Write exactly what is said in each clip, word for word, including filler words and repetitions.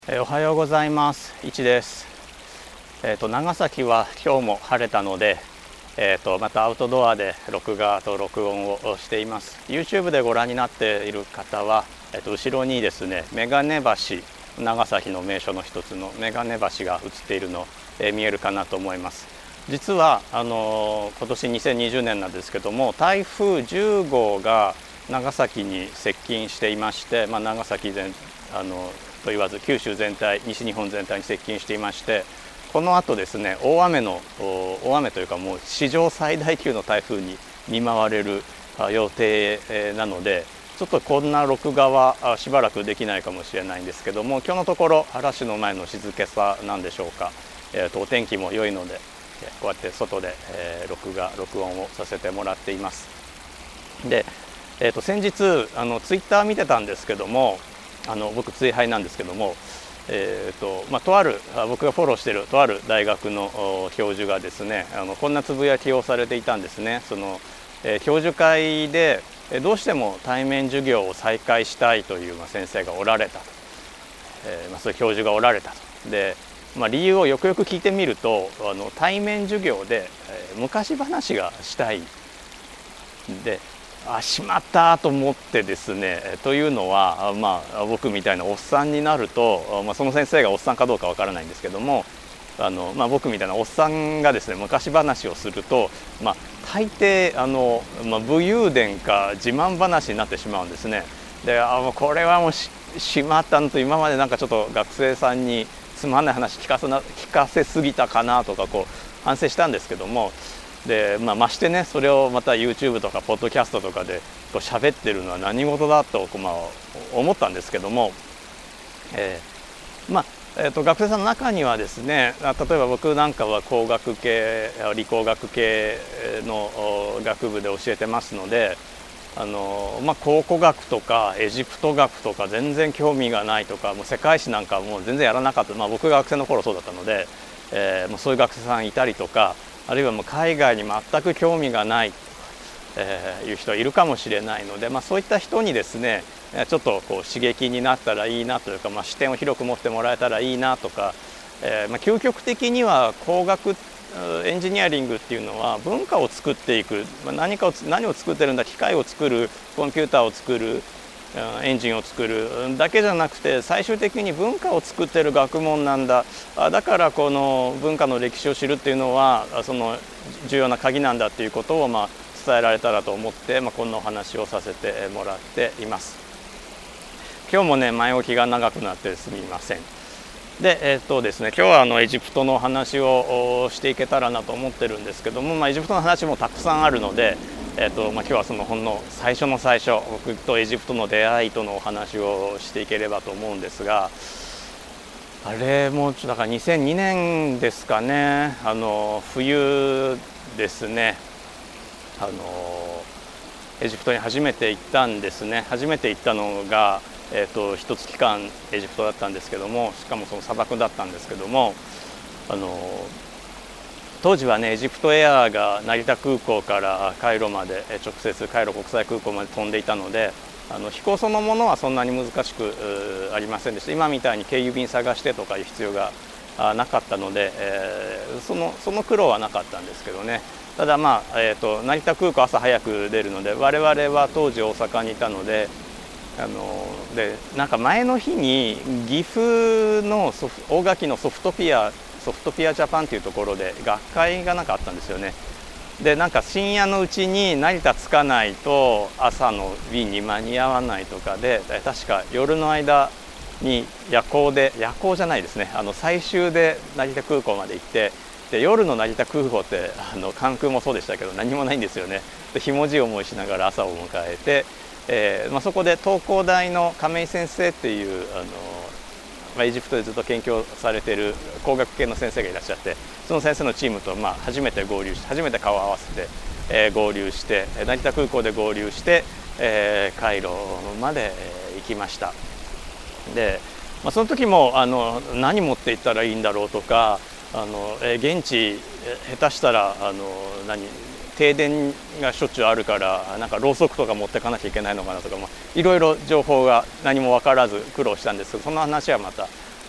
えーおはようございます。いちです。えーと長崎は今日も晴れたので、えーとまたアウトドアで録画と録音をしています。YouTube でご覧になっている方は、えーと後ろにですね、眼鏡橋、長崎の名所の一つの眼鏡橋が映っているの、えー見えるかなと思います。実はあのー今年にせんにじゅうねんなんですけども、台風じゅうごうが長崎に接近していまして、まあ、長崎全あのと言わず九州全体、西日本全体に接近していまして、この後ですね、大雨の大雨というかもう史上最大級の台風に見舞われる予定なので、ちょっとこんな録画はしばらくできないかもしれないんですけども、今日のところ嵐の前の静けさなんでしょうか、えー、とお天気も良いので、こうやって外で、えー、録画録音をさせてもらっています。で、えー、と先日あのツイッター見てたんですけども、あの僕追拝なんですけども、えーとまあ、とある僕がフォローしているとある大学の教授がですね、あのこんなつぶやきをされていたんですね。その、えー、教授会でどうしても対面授業を再開したいという、まあ、先生がおられたと、えーまあ、そういう教授がおられたと。で、まあ、理由をよくよく聞いてみると、あの対面授業で、えー、昔話がしたいで、あしまったと思ってですね、というのは、まあ、僕みたいなおっさんになると、まあ、その先生がおっさんかどうかわからないんですけども、あの、まあ、僕みたいなおっさんがですね昔話をすると、まあ、大抵あの、まあ、武勇伝か自慢話になってしまうんですね。で、あもうこれはもう し, しまったのと、今までなんかちょっと学生さんにつまんない話聞かせな聞かせすぎたかなとかこう反省したんですけども、で、まあ、ましてね、それをまた YouTube とかポッドキャストとかでこう喋ってるのは何事だと、まあ、思ったんですけども、えーまあえー、と学生さんの中にはですね、例えば僕なんかは工学系理工学系の学部で教えてますので、あの、まあ、考古学とかエジプト学とか全然興味がないとか、もう世界史なんかもう全然やらなかった、まあ、僕が学生の頃そうだったので、えー、もうそういう学生さんいたりとか、あるいはもう海外に全く興味がないと、えー、いう人いるかもしれないので、まあ、そういった人にですねちょっとこう刺激になったらいいなというか、まあ、視点を広く持ってもらえたらいいなとか、えーまあ、究極的には工学エンジニアリングっていうのは文化を作っていく、まあ、何かを何を作ってるんだ、機械を作る、コンピューターを作る、エンジンを作るだけじゃなくて、最終的に文化を作ってる学問なんだ、だからこの文化の歴史を知るっていうのはその重要な鍵なんだっていうことをまあ伝えられたらと思って、まあ、こんなお話をさせてもらっています。今日もね前置きが長くなってすみません。で、えーとですね、今日はあのエジプトの話をしていけたらなと思ってるんですけども、まあ、エジプトの話もたくさんあるので、えーとまあ、今日はそのほんの最初の最初、僕とエジプトの出会いとのお話をしていければと思うんですが、あれもだからにせんにねんですかね、あの冬ですね、あのエジプトに初めて行ったんですね。初めて行ったのがえー、と一月間エジプトだったんですけども、しかもその砂漠だったんですけども、あの当時はねエジプトエアが成田空港からカイロまで直接カイロ国際空港まで飛んでいたので、あの飛行そのものはそんなに難しくありませんでした。今みたいに経由便探してとかいう必要がなかったので、えー、そのその苦労はなかったんですけどね。ただまあ、えー、と成田空港朝早く出るので、我々は当時大阪にいたので、あのでなんか前の日に岐阜のソフ大垣のソフトピアソフトピアジャパンというところで学会がなんかあったんですよね。でなんか深夜のうちに成田着かないと朝の便に間に合わないとかで、確か夜の間に夜行で夜行じゃないですね、あの最終で成田空港まで行って、で夜の成田空港ってあの関空もそうでしたけど何もないんですよね。でひもじい思いしながら朝を迎えて、えーまあ、そこで東工大の亀井先生っていうあの、まあ、エジプトでずっと研究されている工学系の先生がいらっしゃって、その先生のチームとまあ初めて合流して初めて顔を合わせて、えー、合流して成田空港で合流して、えー、カイロまで、えー、行きました。で、まあ、その時もあの何持って行ったらいいんだろうとか、あの、えー、現地下手したらあの何停電がしょっちゅうあるからなんかろうそくとか持ってかなきゃいけないのかなとか、まあ、いろいろ情報が何も分からず苦労したんですけど、その話はまた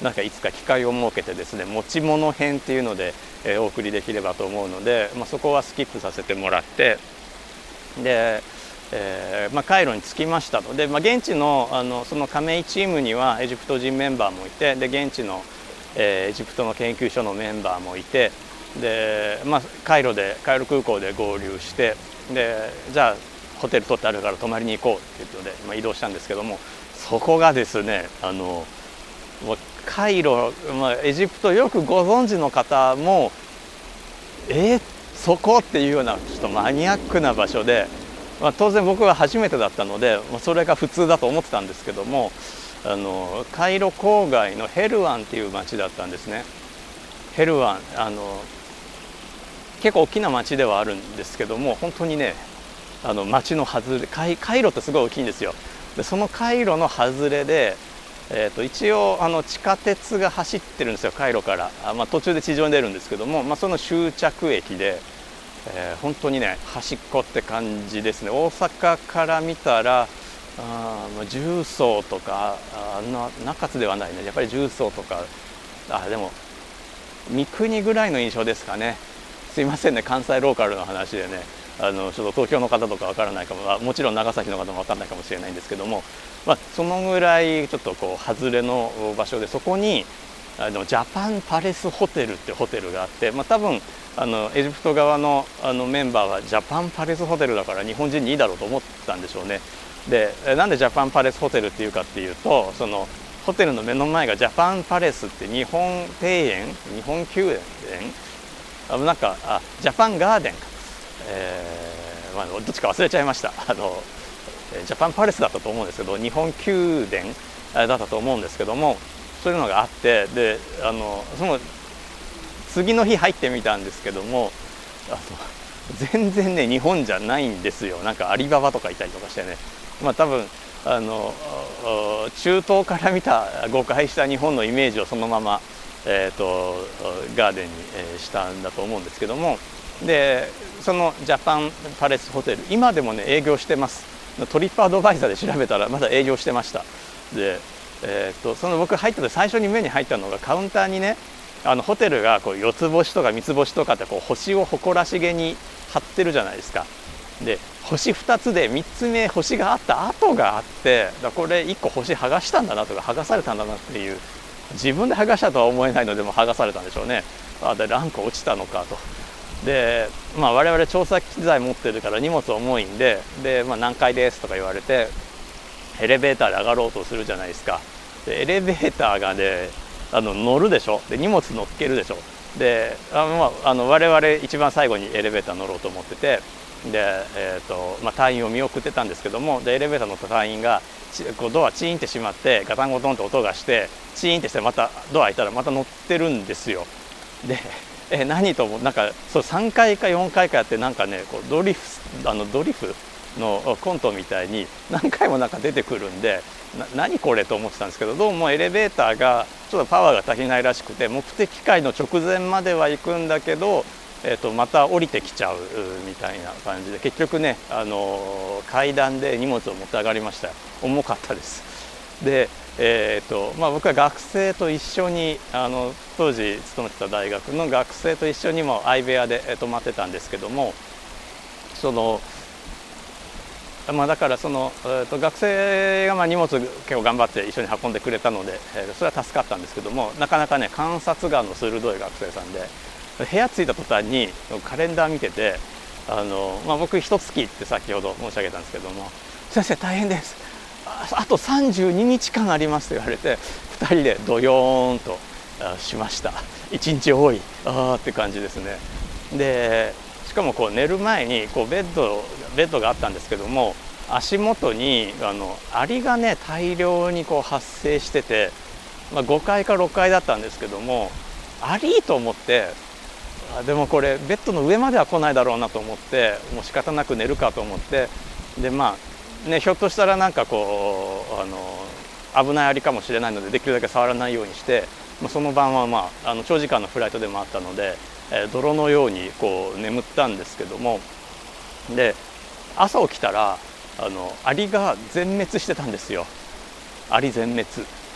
なんかいつか機会を設けてですね、持ち物編っていうので、えー、お送りできればと思うので、まあ、そこはスキップさせてもらって、で、えーまあ、カイロに着きましたので、まあ、現地 の, あのその加盟チームにはエジプト人メンバーもいて、で現地の、えー、エジプトの研究所のメンバーもいて、で、まあ、カイロでカイロ空港で合流して、でじゃあホテル取ってあるから泊まりに行こうっていうので、まあ、移動したんですけども、そこがですね、あのもうカイロ、まあ、エジプトよくご存知の方もえー、そこっていうようなちょっとマニアックな場所で、まあ、当然僕は初めてだったので、まあ、それが普通だと思ってたんですけども、あのカイロ郊外のヘルワンっていう町だったんですね。ヘルワン、あの結構大きな町ではあるんですけども、本当にね、あの町の外れ、カイ、カイロってすごい大きいんですよ。でそのカイロの外れで、えー、と一応あの地下鉄が走ってるんですよ、カイロから。あ、まあ、途中で地上に出るんですけども、まあ、その終着駅で、えー、本当にね端っこって感じですね。大阪から見たらあ、まあ、重曹とかあな中津ではないね、やっぱり重曹とか、あでも三国ぐらいの印象ですかね。すいませんね、関西ローカルの話でね、あのちょっと東京の方とかわからないかも、もちろん長崎の方もわからないかもしれないんですけども、まあ、そのぐらいちょっとこう外れの場所で、そこにあのジャパンパレスホテルってホテルがあって、まあ、多分あのエジプト側 の, あのメンバーはジャパンパレスホテルだから日本人にいいだろうと思ったんでしょうね。でなんでジャパンパレスホテルっていうかっていうと、そのホテルの目の前がジャパンパレスって日本庭園、日本宮殿、あなんかあジャパンガーデンか、えーまあ、どっちか忘れちゃいました。あのジャパンパレスだったと思うんですけど、日本宮殿だったと思うんですけども、そういうのがあって、であのその次の日入ってみたんですけども、あの全然ね日本じゃないんですよ。なんかアリババとかいたりとかしてね、まあ多分あの中東から見た誤解した日本のイメージをそのまま、えー、とガーデンにしたんだと思うんですけども、でそのジャパンパレスホテル今でもね営業してます。トリップアドバイザーで調べたらまだ営業してました。で、えー、とその僕入った時最初に目に入ったのが、カウンターにね、あのホテルがこうよつ星とかみつ星とかってこう星を誇らしげに貼ってるじゃないですか。で星ふたつでみっつめ星があった跡があって、だこれいっこ星剥がしたんだなとか剥がされたんだなっていう、自分で剥がしたとは思えないのでも剥がされたんでしょうね。あでランク落ちたのかと。で、まあ、我々調査機材持ってるから荷物重いんで、で、まあ、何階ですとか言われてエレベーターで上がろうとするじゃないですか。でエレベーターがねあの乗るでしょ、で荷物乗っけるでしょ、であ、まあ、あの我々一番最後にエレベーター乗ろうと思ってて、で、えーとまあ、隊員を見送ってたんですけども、でエレベーター乗った隊員がこうドアチーンって閉まってガタンゴトンって音がしてチーンってしてまたドア開いたらまた乗ってるんですよ。でえ何ともなんかそうさんかいかよんかいかやって、なんかねこうドリフあのドリフのコントみたいに何回もなんか出てくるんで、な何これと思ってたんですけど、どうもエレベーターがちょっとパワーが足りないらしくて、目的地の直前までは行くんだけど、えー、とまた降りてきちゃうみたいな感じで、結局ね、あのー、階段で荷物を持って上がりました。重かったです。で、えーとまあ、僕は学生と一緒にあの当時勤めてた大学の学生と一緒にも相部屋で泊まってたんですけども、そのまあ、だからその、えー、と学生がまあ荷物結構頑張って一緒に運んでくれたので、えー、それは助かったんですけども、なかなかね観察眼の鋭い学生さんで、部屋着いた途端にカレンダー見てて、あの、まあ、僕一月って先ほど申し上げたんですけども、先生大変です、あ, あとさんじゅうににちかんありますと言われて、ふたりでドヨーンとしました。いちにち多いあーって感じですね。でしかもこう寝る前にこうベッドベッドがあったんですけども、足元にあのアリがね大量にこう発生してて、まあ、ごかいかろっかいだったんですけども、アリと思って、でもこれベッドの上までは来ないだろうなと思って、もう仕方なく寝るかと思って、でまあねひょっとしたらなんかこうあの危ないアリかもしれないのでできるだけ触らないようにして、まあ、その晩は、まあ、あの長時間のフライトでもあったので、えー、泥のようにこう眠ったんですけども、で朝起きたらあのアリが全滅してたんですよ。アリ全滅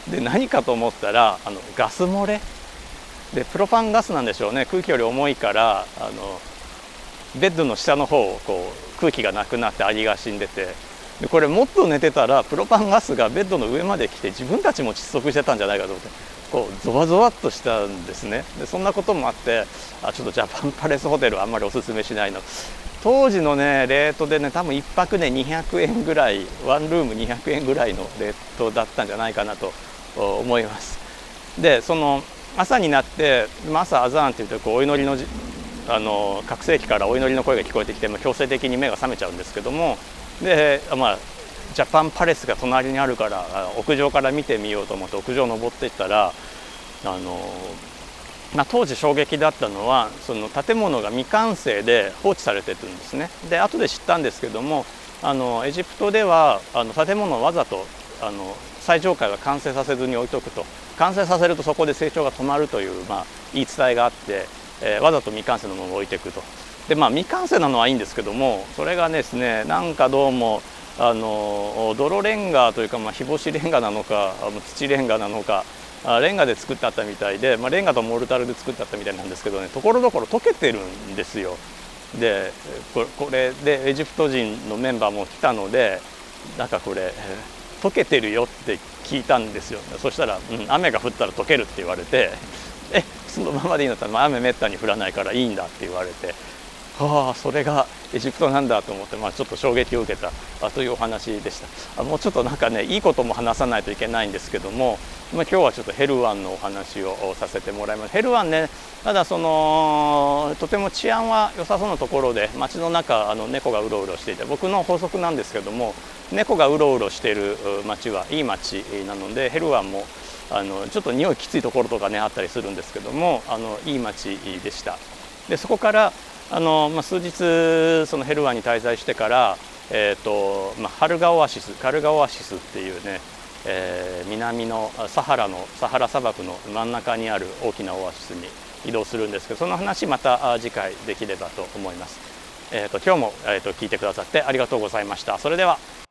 で何かと思ったらあのガス漏れで、プロパンガスなんでしょうね。空気より重いからあのベッドの下の方をこう空気がなくなってアリが死んでて、でこれもっと寝てたらプロパンガスがベッドの上まで来て自分たちも窒息してたんじゃないかと思って、こうゾワゾワっとしたんですね。でそんなこともあって、あちょっとジャパンパレスホテルはあんまりおすすめしないの。当時のねレートでね、多分いっぱくねにひゃくえんぐらい、ワンルームにひゃくえんぐらいのレートだったんじゃないかなと思います。でその朝になって、朝アザーンって言ってこうお祈りのあの拡声器からお祈りの声が聞こえてきて、まあ、強制的に目が覚めちゃうんですけども、で、まあ、ジャパンパレスが隣にあるから屋上から見てみようと思って屋上登っていったら、あの、まあ、当時衝撃だったのはその建物が未完成で放置されてるんですね。で後で知ったんですけども、あのエジプトではあの建物をわざとあの最上階は完成させずに置いとくと、完成させるとそこで成長が止まるという、まあ、言い伝えがあって、えー、わざと未完成のものを置いていくと。でまあ未完成なのはいいんですけども、それがですねなんかどうもあの泥レンガというか、まあ、日干しレンガなのか土レンガなのかレンガで作ってあったみたいで、まあ、レンガとモルタルで作ってあったみたいなんですけどね、ところどころ溶けてるんですよ。でこれ、これでエジプト人のメンバーも来たので、なんかこれ溶けてるよって聞いたんですよ。そしたら、うん、雨が降ったら溶けるって言われて、えそのままでいいんだったら、まあ、雨めったに降らないからいいんだって言われて、はあそれがエジプトなんだと思って、まあ、ちょっと衝撃を受けたあというお話でした。あもうちょっとなんかねいいことも話さないといけないんですけども、まあ、今日はちょっとヘルワンのお話をさせてもらいます。ヘルワンね、ただそのとても治安は良さそうなところで、街の中あの猫がうろうろしていて、僕の法則なんですけども、猫がうろうろしている街はいい街なので、ヘルワンもあのちょっと匂いきついところとかねあったりするんですけども、あのいい街でした。でそこからあの、まあ、数日そのヘルワンに滞在してから、えーとまあ、ハルガオアシスカルガオアシスっていうね、えー、南のサハラのサハラ砂漠の真ん中にある大きなオアシスに移動するんですけど、その話また次回できればと思います。えーと今日も、えーと聞いてくださってありがとうございました。それでは。